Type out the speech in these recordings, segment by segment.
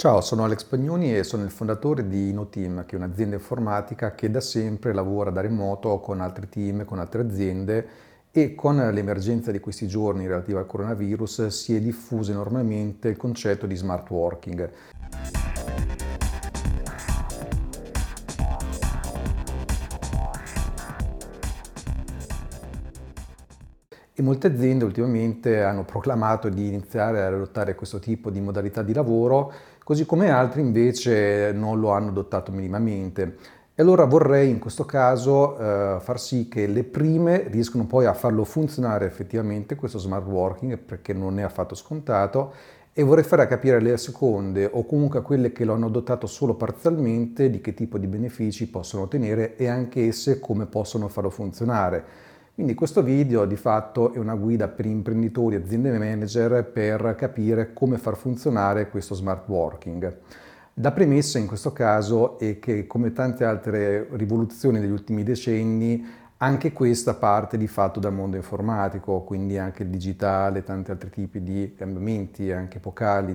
Ciao, sono Alex Pagnoni e sono il fondatore di InnoTeam, che è un'azienda informatica che da sempre lavora da remoto con altri team, con altre aziende e con l'emergenza di questi giorni relativa al coronavirus si è diffuso enormemente il concetto di smart working. E molte aziende ultimamente hanno proclamato di iniziare ad adottare questo tipo di modalità di lavoro, così come altri invece non lo hanno adottato minimamente. E allora vorrei in questo caso far sì che le prime riescano poi a farlo funzionare effettivamente questo smart working, perché non è affatto scontato, e vorrei fare capire alle seconde o comunque a quelle che lo hanno adottato solo parzialmente di che tipo di benefici possono ottenere e anche esse come possono farlo funzionare. Quindi questo video di fatto è una guida per imprenditori e aziende manager per capire come far funzionare questo smart working. La premessa in questo caso è che, come tante altre rivoluzioni degli ultimi decenni, anche questa parte di fatto dal mondo informatico, quindi anche il digitale, tanti altri tipi di cambiamenti anche epocali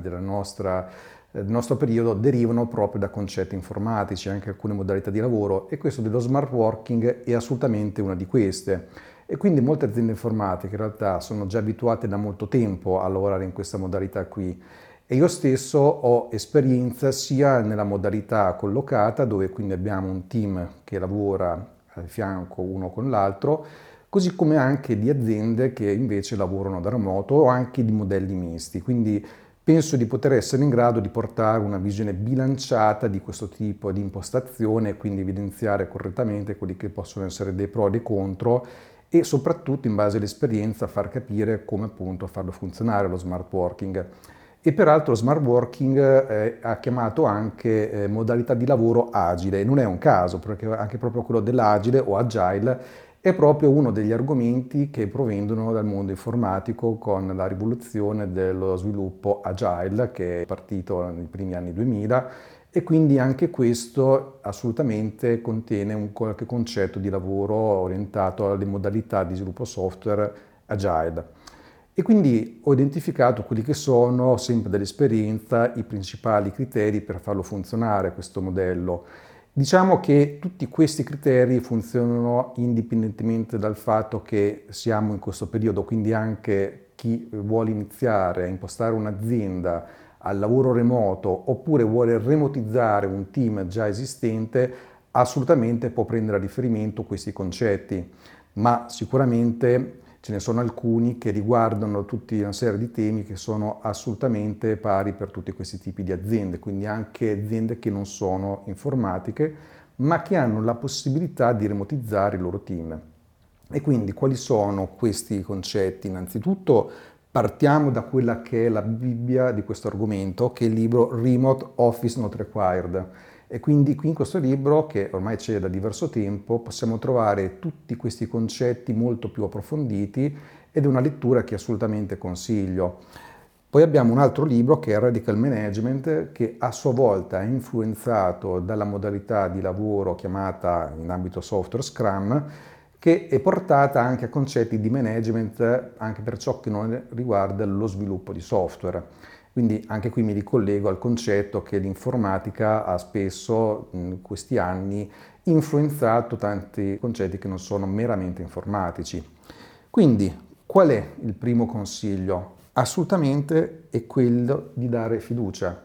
del nostro periodo derivano proprio da concetti informatici, anche alcune modalità di lavoro, e questo dello smart working è assolutamente una di queste. E quindi molte aziende informatiche in realtà sono già abituate da molto tempo a lavorare in questa modalità qui. E io stesso ho esperienza sia nella modalità collocata, dove quindi abbiamo un team che lavora a fianco uno con l'altro, così come anche di aziende che invece lavorano da remoto o anche di modelli misti. Quindi penso di poter essere in grado di portare una visione bilanciata di questo tipo di impostazione e quindi evidenziare correttamente quelli che possono essere dei pro e dei contro e soprattutto in base all'esperienza far capire come appunto farlo funzionare lo smart working. E peraltro lo smart working ha chiamato anche modalità di lavoro agile, e non è un caso, perché anche proprio quello dell'agile o agile è proprio uno degli argomenti che provengono dal mondo informatico con la rivoluzione dello sviluppo agile che è partito nei primi anni 2000 e quindi anche questo assolutamente contiene un qualche concetto di lavoro orientato alle modalità di sviluppo software agile. E quindi ho identificato quelli che sono, sempre dall'esperienza, i principali criteri per farlo funzionare questo modello. Diciamo che tutti questi criteri funzionano indipendentemente dal fatto che siamo in questo periodo, quindi anche chi vuole iniziare a impostare un'azienda al lavoro remoto oppure vuole remotizzare un team già esistente, assolutamente può prendere a riferimento questi concetti, ma sicuramente ce ne sono alcuni che riguardano tutta una serie di temi che sono assolutamente pari per tutti questi tipi di aziende, quindi anche aziende che non sono informatiche, ma che hanno la possibilità di remotizzare il loro team. E quindi quali sono questi concetti? Innanzitutto partiamo da quella che è la Bibbia di questo argomento, che è il libro Remote Office Not Required. E quindi qui in questo libro, che ormai c'è da diverso tempo, possiamo trovare tutti questi concetti molto più approfonditi ed è una lettura che assolutamente consiglio. Poi abbiamo un altro libro che è Radical Management, che a sua volta è influenzato dalla modalità di lavoro chiamata in ambito software Scrum, che è portata anche a concetti di management anche per ciò che non riguarda lo sviluppo di software. Quindi anche qui mi ricollego al concetto che l'informatica ha spesso in questi anni influenzato tanti concetti che non sono meramente informatici. Quindi qual è il primo consiglio? Assolutamente è quello di dare fiducia.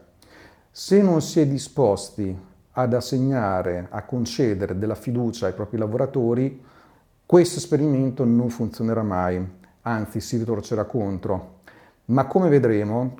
Se non si è disposti ad assegnare, a concedere della fiducia ai propri lavoratori, questo esperimento non funzionerà mai, anzi si ritorcerà contro. Ma come vedremo,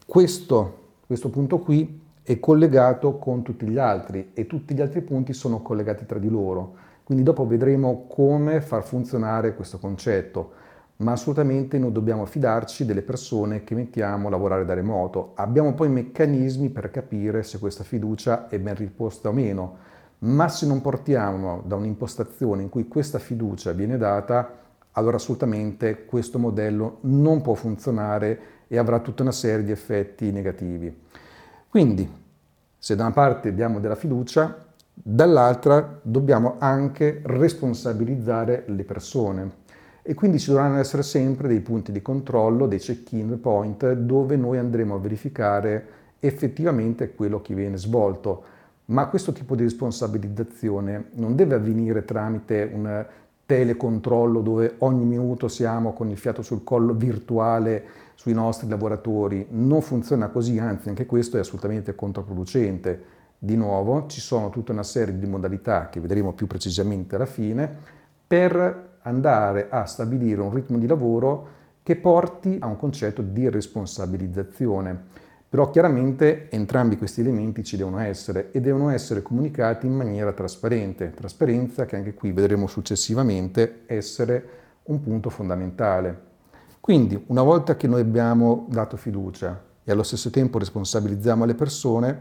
questo punto qui è collegato con tutti gli altri e tutti gli altri punti sono collegati tra di loro. Quindi dopo vedremo come far funzionare questo concetto, ma assolutamente non dobbiamo fidarci delle persone che mettiamo a lavorare da remoto. Abbiamo poi meccanismi per capire se questa fiducia è ben riposta o meno, ma se non partiamo da un'impostazione in cui questa fiducia viene data, allora assolutamente questo modello non può funzionare e avrà tutta una serie di effetti negativi. Quindi, se da una parte diamo della fiducia, dall'altra dobbiamo anche responsabilizzare le persone. E quindi ci dovranno essere sempre dei punti di controllo, dei check-in point, dove noi andremo a verificare effettivamente quello che viene svolto. Ma questo tipo di responsabilizzazione non deve avvenire tramite un telecontrollo dove ogni minuto siamo con il fiato sul collo virtuale sui nostri lavoratori. Non funziona così, anzi anche questo è assolutamente controproducente. Di nuovo ci sono tutta una serie di modalità che vedremo più precisamente alla fine per andare a stabilire un ritmo di lavoro che porti a un concetto di responsabilizzazione. Però chiaramente entrambi questi elementi ci devono essere e devono essere comunicati in maniera trasparente, trasparenza che anche qui vedremo successivamente essere un punto fondamentale. Quindi una volta che noi abbiamo dato fiducia e allo stesso tempo responsabilizziamo le persone,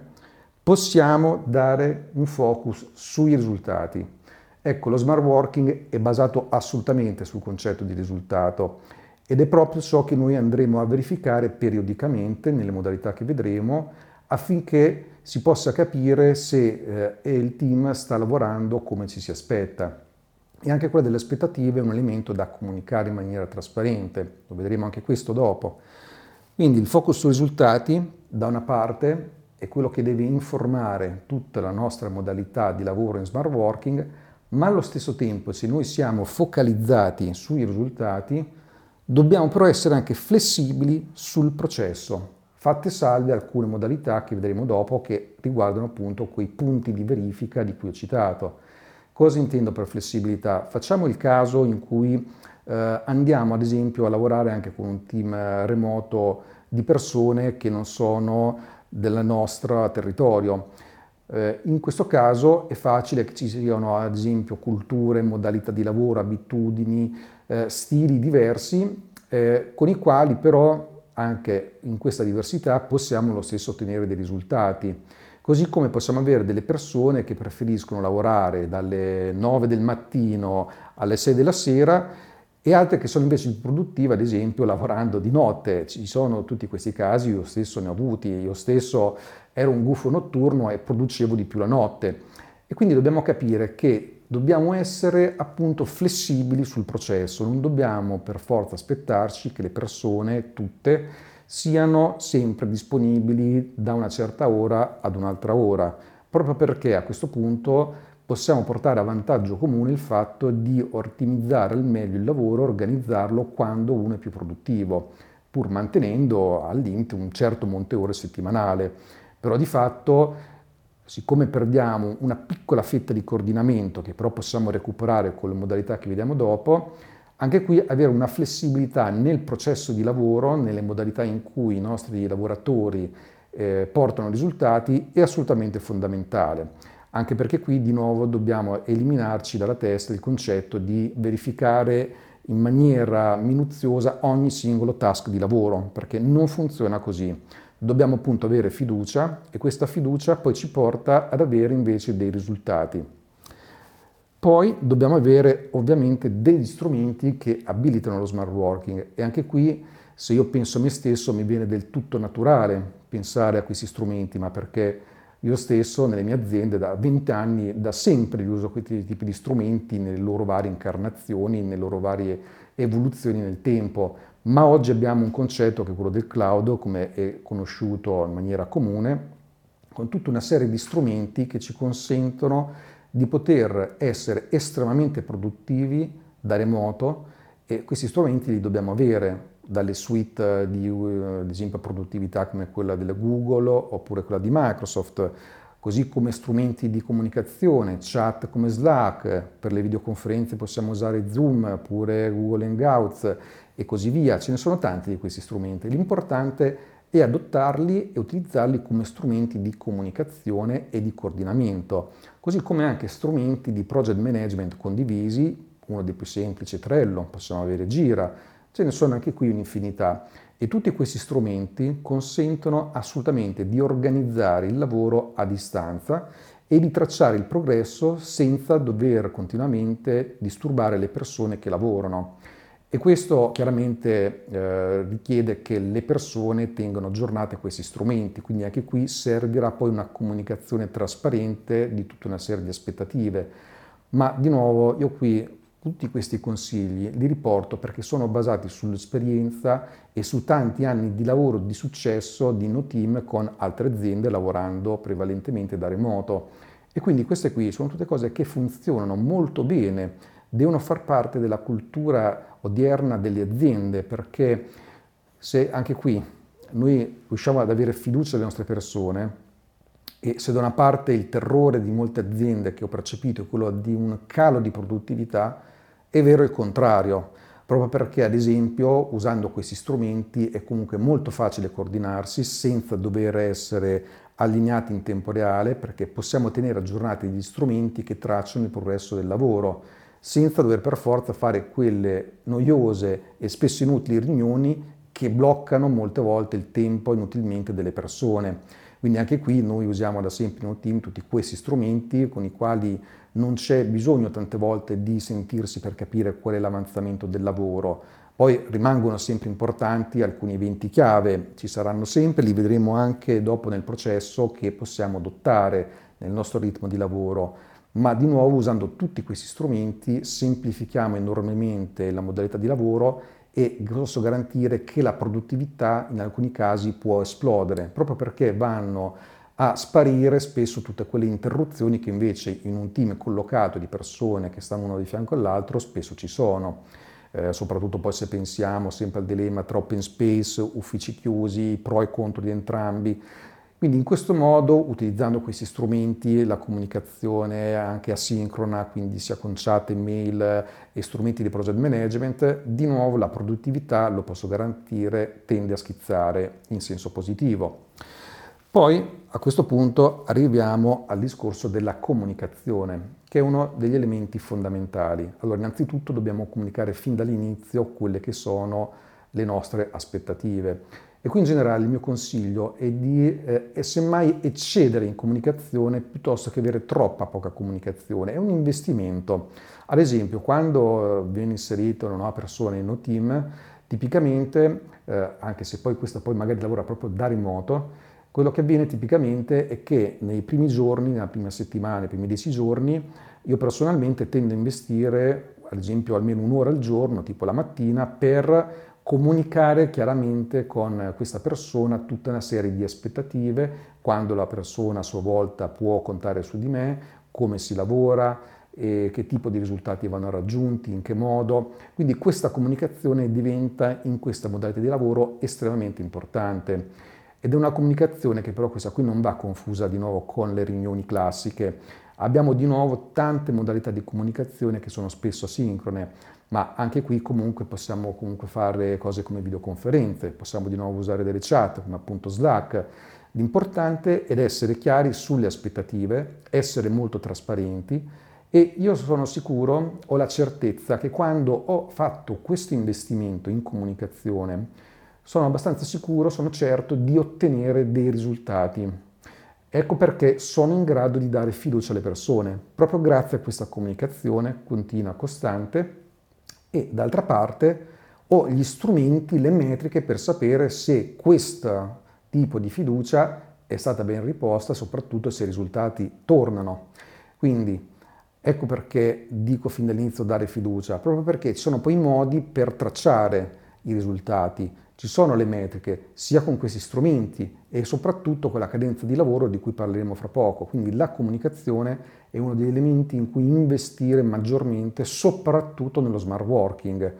possiamo dare un focus sui risultati. Ecco, lo smart working è basato assolutamente sul concetto di risultato ed è proprio ciò che noi andremo a verificare periodicamente nelle modalità che vedremo affinché si possa capire se il team sta lavorando come ci si aspetta. E anche quella delle aspettative è un elemento da comunicare in maniera trasparente, lo vedremo anche questo dopo. Quindi il focus sui risultati, da una parte, è quello che deve informare tutta la nostra modalità di lavoro in smart working, ma allo stesso tempo, se noi siamo focalizzati sui risultati, dobbiamo però essere anche flessibili sul processo, fatte salve alcune modalità che vedremo dopo che riguardano appunto quei punti di verifica di cui ho citato. Cosa intendo per flessibilità? Facciamo il caso in cui andiamo ad esempio a lavorare anche con un team remoto di persone che non sono del nostro territorio. In questo caso è facile che ci siano ad esempio culture, modalità di lavoro, abitudini, stili diversi con i quali però anche in questa diversità possiamo lo stesso ottenere dei risultati. Così come possiamo avere delle persone che preferiscono lavorare dalle 9 del mattino alle 6 della sera e altre che sono invece più produttive, ad esempio, lavorando di notte. Ci sono tutti questi casi, io stesso ne ho avuti, io stesso ero un gufo notturno e producevo di più la notte. E quindi dobbiamo capire che dobbiamo essere appunto flessibili sul processo, non dobbiamo per forza aspettarci che le persone tutte siano sempre disponibili da una certa ora ad un'altra ora, proprio perché a questo punto possiamo portare a vantaggio comune il fatto di ottimizzare al meglio il lavoro, organizzarlo quando uno è più produttivo, pur mantenendo al limite un certo monte ore settimanale. Però di fatto, siccome perdiamo una piccola fetta di coordinamento che però possiamo recuperare con le modalità che vediamo dopo, anche qui avere una flessibilità nel processo di lavoro, nelle modalità in cui i nostri lavoratori portano risultati è assolutamente fondamentale. Anche perché qui di nuovo dobbiamo eliminarci dalla testa il concetto di verificare in maniera minuziosa ogni singolo task di lavoro, perché non funziona così. Dobbiamo appunto avere fiducia e questa fiducia poi ci porta ad avere invece dei risultati. Poi dobbiamo avere ovviamente degli strumenti che abilitano lo smart working e anche qui se io penso a me stesso mi viene del tutto naturale pensare a questi strumenti, ma perché io stesso nelle mie aziende da 20 anni, da sempre uso questi tipi di strumenti nelle loro varie incarnazioni, nelle loro varie evoluzioni nel tempo, ma oggi abbiamo un concetto che è quello del cloud, come è conosciuto in maniera comune, con tutta una serie di strumenti che ci consentono di poter essere estremamente produttivi da remoto e questi strumenti li dobbiamo avere dalle suite di, ad esempio, produttività come quella della Google oppure quella di Microsoft, così come strumenti di comunicazione, chat come Slack, per le videoconferenze possiamo usare Zoom oppure Google Hangouts e così via. Ce ne sono tanti di questi strumenti. L'importante è adottarli e utilizzarli come strumenti di comunicazione e di coordinamento, così come anche strumenti di project management condivisi, uno dei più semplici è Trello, possiamo avere Gira, ce ne sono anche qui un'infinità e tutti questi strumenti consentono assolutamente di organizzare il lavoro a distanza e di tracciare il progresso senza dover continuamente disturbare le persone che lavorano. E questo chiaramente richiede che le persone tengano aggiornati questi strumenti, quindi anche qui servirà poi una comunicazione trasparente di tutta una serie di aspettative. Ma di nuovo io qui Tutti questi consigli li riporto perché sono basati sull'esperienza e su tanti anni di lavoro di successo di InnoTeam con altre aziende lavorando prevalentemente da remoto. E quindi queste qui sono tutte cose che funzionano molto bene, devono far parte della cultura odierna delle aziende, perché se anche qui noi riusciamo ad avere fiducia nelle nostre persone, e se da una parte il terrore di molte aziende che ho percepito è quello di un calo di produttività, è vero il contrario, proprio perché ad esempio usando questi strumenti è comunque molto facile coordinarsi senza dover essere allineati in tempo reale, perché possiamo tenere aggiornati gli strumenti che tracciano il progresso del lavoro, senza dover per forza fare quelle noiose e spesso inutili riunioni che bloccano molte volte il tempo inutilmente delle persone. Quindi anche qui noi usiamo da sempre in InnoTeam tutti questi strumenti con i quali non c'è bisogno tante volte di sentirsi per capire qual è l'avanzamento del lavoro. Poi rimangono sempre importanti alcuni eventi chiave, ci saranno sempre, li vedremo anche dopo nel processo che possiamo adottare nel nostro ritmo di lavoro. Ma di nuovo usando tutti questi strumenti semplifichiamo enormemente la modalità di lavoro e posso garantire che la produttività in alcuni casi può esplodere, proprio perché vanno a sparire spesso tutte quelle interruzioni che invece in un team collocato di persone che stanno uno di fianco all'altro spesso ci sono. Soprattutto poi se pensiamo sempre al dilemma tra open space, uffici chiusi, pro e contro di entrambi. Quindi in questo modo, utilizzando questi strumenti, la comunicazione anche asincrona, quindi sia con chat, email e strumenti di project management, di nuovo la produttività, lo posso garantire, tende a schizzare in senso positivo. Poi a questo punto arriviamo al discorso della comunicazione, che è uno degli elementi fondamentali. Allora, innanzitutto dobbiamo comunicare fin dall'inizio quelle che sono le nostre aspettative. E qui in generale il mio consiglio è di semmai eccedere in comunicazione piuttosto che avere troppa poca comunicazione. È un investimento. Ad esempio, quando viene inserita una nuova persona in InnoTeam, tipicamente, anche se poi questa poi magari lavora proprio da remoto, quello che avviene tipicamente è che nei primi giorni, nella prima settimana, nei primi 10 giorni, io personalmente tendo a investire, ad esempio, almeno un'ora al giorno, tipo la mattina, per comunicare chiaramente con questa persona tutta una serie di aspettative, quando la persona a sua volta può contare su di me, come si lavora, che tipo di risultati vanno raggiunti, in che modo. Quindi questa comunicazione diventa in questa modalità di lavoro estremamente importante. Ed è una comunicazione che però questa qui non va confusa di nuovo con le riunioni classiche. Abbiamo di nuovo tante modalità di comunicazione che sono spesso asincrone, ma anche qui comunque possiamo fare cose come videoconferenze, possiamo di nuovo usare delle chat come appunto Slack. L'importante è essere chiari sulle aspettative, essere molto trasparenti e io sono sicuro, ho la certezza che quando ho fatto questo investimento in comunicazione, sono abbastanza sicuro, sono certo di ottenere dei risultati. Ecco perché sono in grado di dare fiducia alle persone, proprio grazie a questa comunicazione continua, costante e d'altra parte ho gli strumenti, le metriche per sapere se questo tipo di fiducia è stata ben riposta, soprattutto se i risultati tornano. Quindi ecco perché dico fin dall'inizio dare fiducia, proprio perché ci sono poi modi per tracciare i risultati. Ci sono le metriche, sia con questi strumenti e soprattutto con la cadenza di lavoro di cui parleremo fra poco. Quindi la comunicazione è uno degli elementi in cui investire maggiormente, soprattutto nello smart working.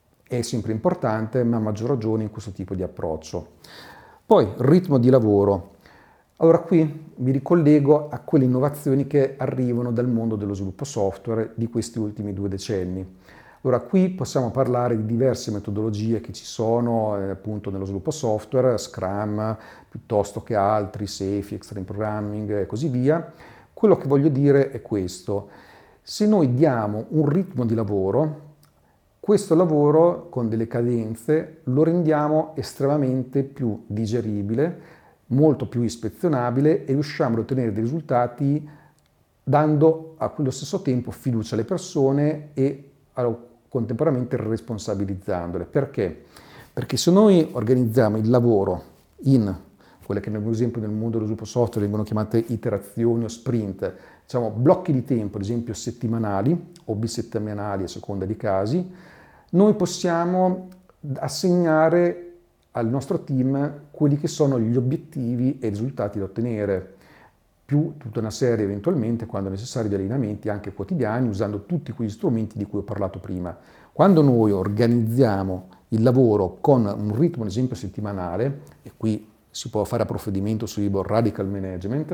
È sempre importante, ma a maggior ragione in questo tipo di approccio. Poi, ritmo di lavoro. Allora qui mi ricollego a quelle innovazioni che arrivano dal mondo dello sviluppo software di questi ultimi 2 decenni. Allora, qui possiamo parlare di diverse metodologie che ci sono appunto nello sviluppo software, Scrum, piuttosto che altri, Safe, Extreme Programming e così via. Quello che voglio dire è questo: se noi diamo un ritmo di lavoro, questo lavoro con delle cadenze lo rendiamo estremamente più digeribile, molto più ispezionabile e riusciamo ad ottenere dei risultati dando a quello stesso tempo fiducia alle persone e contemporaneamente responsabilizzandole. Perché? Perché se noi organizziamo il lavoro in quelle che per esempio nel mondo dello sviluppo software vengono chiamate iterazioni o sprint, diciamo blocchi di tempo, ad esempio settimanali o bisettimanali a seconda dei casi, noi possiamo assegnare al nostro team quelli che sono gli obiettivi e i risultati da ottenere, più tutta una serie eventualmente, quando necessari, di allenamenti anche quotidiani, usando tutti quegli strumenti di cui ho parlato prima. Quando noi organizziamo il lavoro con un ritmo, ad esempio, settimanale, e qui si può fare approfondimento sul libro Radical Management,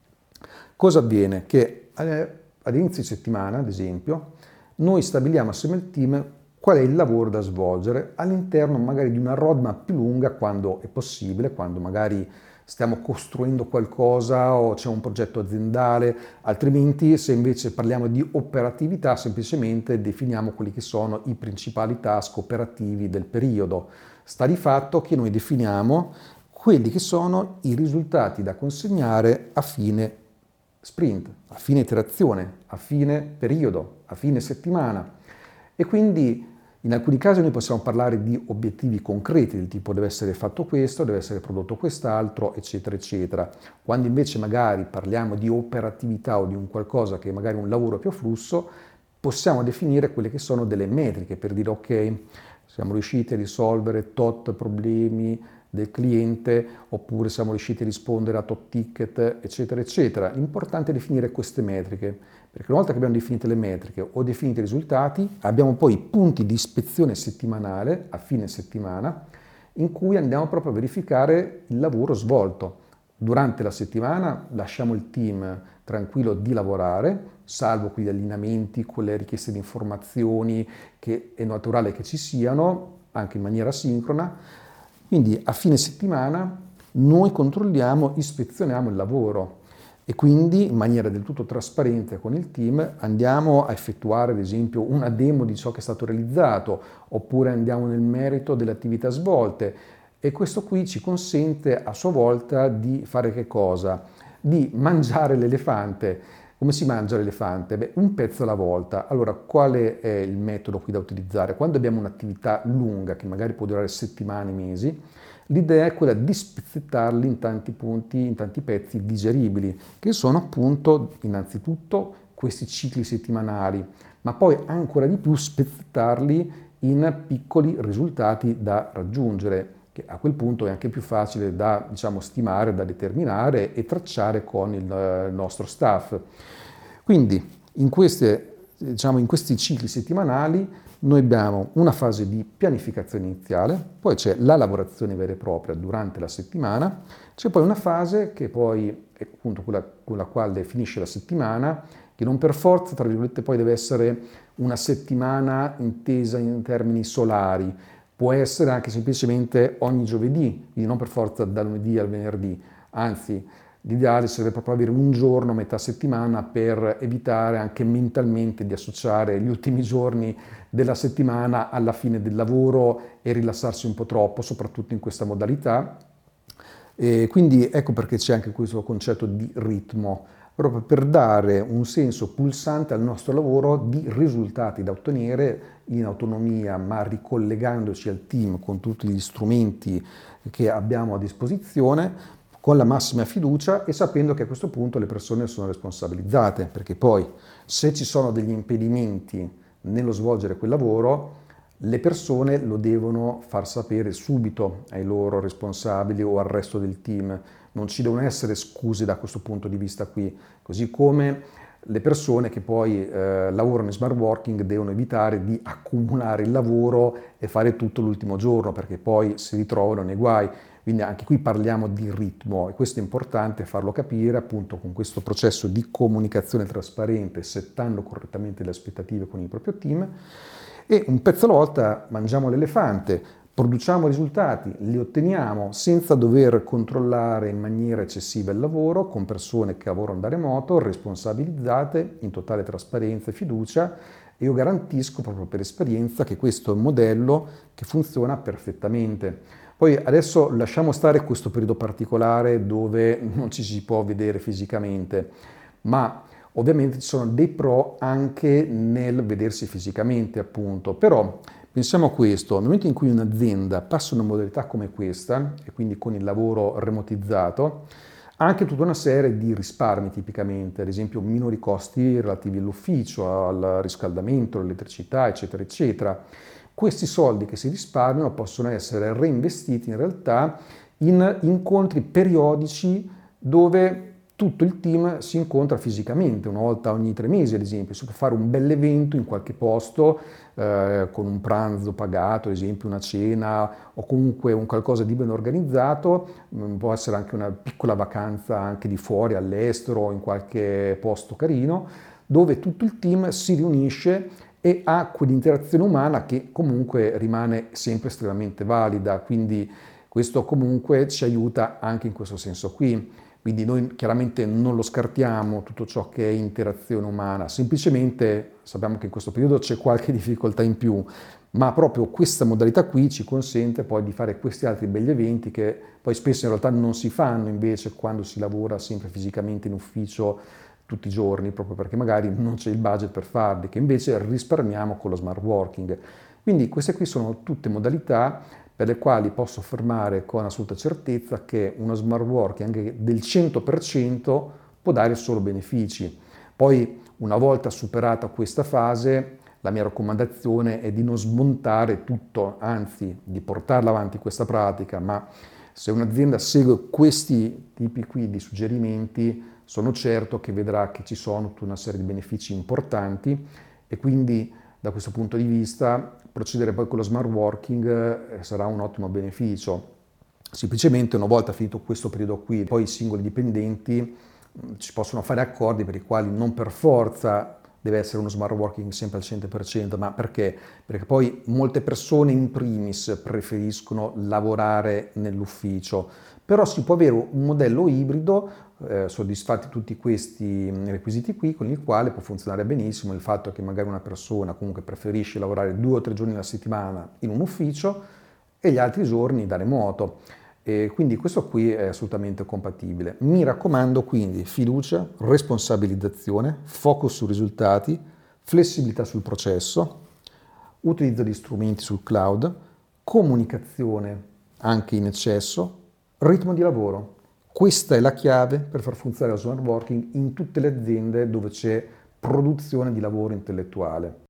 cosa avviene? Che ad inizio settimana, ad esempio, noi stabiliamo assieme al team qual è il lavoro da svolgere all'interno magari di una roadmap più lunga quando è possibile, quando magari stiamo costruendo qualcosa o c'è un progetto aziendale, altrimenti se invece parliamo di operatività semplicemente definiamo quelli che sono i principali task operativi del periodo. Sta di fatto che noi definiamo quelli che sono i risultati da consegnare a fine sprint, a fine iterazione, a fine periodo, a fine settimana. E quindi in alcuni casi noi possiamo parlare di obiettivi concreti, del tipo deve essere fatto questo, deve essere prodotto quest'altro, eccetera, eccetera. Quando invece magari parliamo di operatività o di un qualcosa che è magari un lavoro più a flusso, possiamo definire quelle che sono delle metriche per dire ok, siamo riusciti a risolvere tot problemi del cliente, oppure siamo riusciti a rispondere a tot ticket, eccetera, eccetera. L'importante è definire queste metriche, perché una volta che abbiamo definite le metriche o definito i risultati, abbiamo poi i punti di ispezione settimanale, a fine settimana, in cui andiamo proprio a verificare il lavoro svolto. Durante la settimana lasciamo il team tranquillo di lavorare, salvo quegli allineamenti, quelle richieste di informazioni che è naturale che ci siano, anche in maniera sincrona. Quindi a fine settimana noi controlliamo, ispezioniamo il lavoro e quindi in maniera del tutto trasparente con il team andiamo a effettuare ad esempio una demo di ciò che è stato realizzato oppure andiamo nel merito delle attività svolte e questo qui ci consente a sua volta di fare che cosa? Di mangiare l'elefante. Come si mangia l'elefante? Beh, un pezzo alla volta. Allora, qual è il metodo qui da utilizzare? Quando abbiamo un'attività lunga, che magari può durare settimane, mesi, l'idea è quella di spezzettarli in tanti punti, in tanti pezzi digeribili, che sono appunto, innanzitutto, questi cicli settimanali, ma poi ancora di più spezzettarli in piccoli risultati da raggiungere, che a quel punto è anche più facile da, diciamo, stimare, da determinare e tracciare con il nostro staff. Quindi in questi cicli settimanali noi abbiamo una fase di pianificazione iniziale, poi c'è la lavorazione vera e propria durante la settimana, c'è poi una fase che poi è appunto quella con la quale finisce la settimana, che non per forza, tra virgolette, poi deve essere una settimana intesa in termini solari, può essere anche semplicemente ogni giovedì, quindi non per forza dal lunedì al venerdì, anzi l'ideale sarebbe proprio avere un giorno a metà settimana per evitare anche mentalmente di associare gli ultimi giorni della settimana alla fine del lavoro e rilassarsi un po' troppo, soprattutto in questa modalità. E quindi ecco perché c'è anche questo concetto di ritmo, proprio per dare un senso pulsante al nostro lavoro di risultati da ottenere in autonomia, ma ricollegandoci al team con tutti gli strumenti che abbiamo a disposizione, con la massima fiducia e sapendo che a questo punto le persone sono responsabilizzate, perché poi se ci sono degli impedimenti nello svolgere quel lavoro, le persone lo devono far sapere subito ai loro responsabili o al resto del team. Non ci devono essere scuse da questo punto di vista qui, così come le persone che poi lavorano in smart working devono evitare di accumulare il lavoro e fare tutto l'ultimo giorno perché poi si ritrovano nei guai. Quindi anche qui parliamo di ritmo e questo è importante farlo capire appunto con questo processo di comunicazione trasparente, settando correttamente le aspettative con il proprio team e un pezzo alla volta mangiamo l'elefante, produciamo risultati, li otteniamo senza dover controllare in maniera eccessiva il lavoro con persone che lavorano da remoto, responsabilizzate in totale trasparenza e fiducia e io garantisco proprio per esperienza che questo è un modello che funziona perfettamente. Poi adesso lasciamo stare questo periodo particolare dove non ci si può vedere fisicamente, ma ovviamente ci sono dei pro anche nel vedersi fisicamente, appunto. Però Pensiamo a questo, nel momento in cui un'azienda passa una modalità come questa, e quindi con il lavoro remotizzato, ha anche tutta una serie di risparmi tipicamente, ad esempio minori costi relativi all'ufficio, al riscaldamento, all'elettricità, eccetera, eccetera. Questi soldi che si risparmiano possono essere reinvestiti in realtà in incontri periodici dove tutto il team si incontra fisicamente, una volta ogni 3 mesi ad esempio, si può fare un bell'evento in qualche posto con un pranzo pagato, ad esempio una cena o comunque un qualcosa di ben organizzato, può essere anche una piccola vacanza anche di fuori, all'estero o in qualche posto carino, dove tutto il team si riunisce e ha quell'interazione umana che comunque rimane sempre estremamente valida, quindi questo comunque ci aiuta anche in questo senso qui. Quindi noi chiaramente non lo scartiamo tutto ciò che è interazione umana, semplicemente sappiamo che in questo periodo c'è qualche difficoltà in più, ma proprio questa modalità qui ci consente poi di fare questi altri begli eventi che poi spesso in realtà non si fanno invece quando si lavora sempre fisicamente in ufficio tutti i giorni, proprio perché magari non c'è il budget per farli, che invece risparmiamo con lo smart working. Quindi queste qui sono tutte modalità per le quali posso affermare con assoluta certezza che uno smart working anche del 100% può dare solo benefici. Poi, una volta superata questa fase, la mia raccomandazione è di non smontare tutto, anzi di portarla avanti questa pratica, ma se un'azienda segue questi tipi qui di suggerimenti, sono certo che vedrà che ci sono tutta una serie di benefici importanti e quindi da questo punto di vista procedere poi con lo smart working sarà un ottimo beneficio. Semplicemente una volta finito questo periodo qui, poi i singoli dipendenti ci possono fare accordi per i quali non per forza deve essere uno smart working sempre al 100%, ma perché? Perché poi molte persone in primis preferiscono lavorare nell'ufficio, però si può avere un modello ibrido soddisfatti tutti questi requisiti qui, con il quale può funzionare benissimo il fatto che magari una persona comunque preferisce lavorare 2 o 3 giorni alla settimana in un ufficio e gli altri giorni da remoto. E quindi questo qui è assolutamente compatibile. Mi raccomando quindi fiducia, responsabilizzazione, focus sui risultati, flessibilità sul processo, utilizzo di strumenti sul cloud, comunicazione anche in eccesso, ritmo di lavoro. Questa è la chiave per far funzionare lo smart working in tutte le aziende dove c'è produzione di lavoro intellettuale.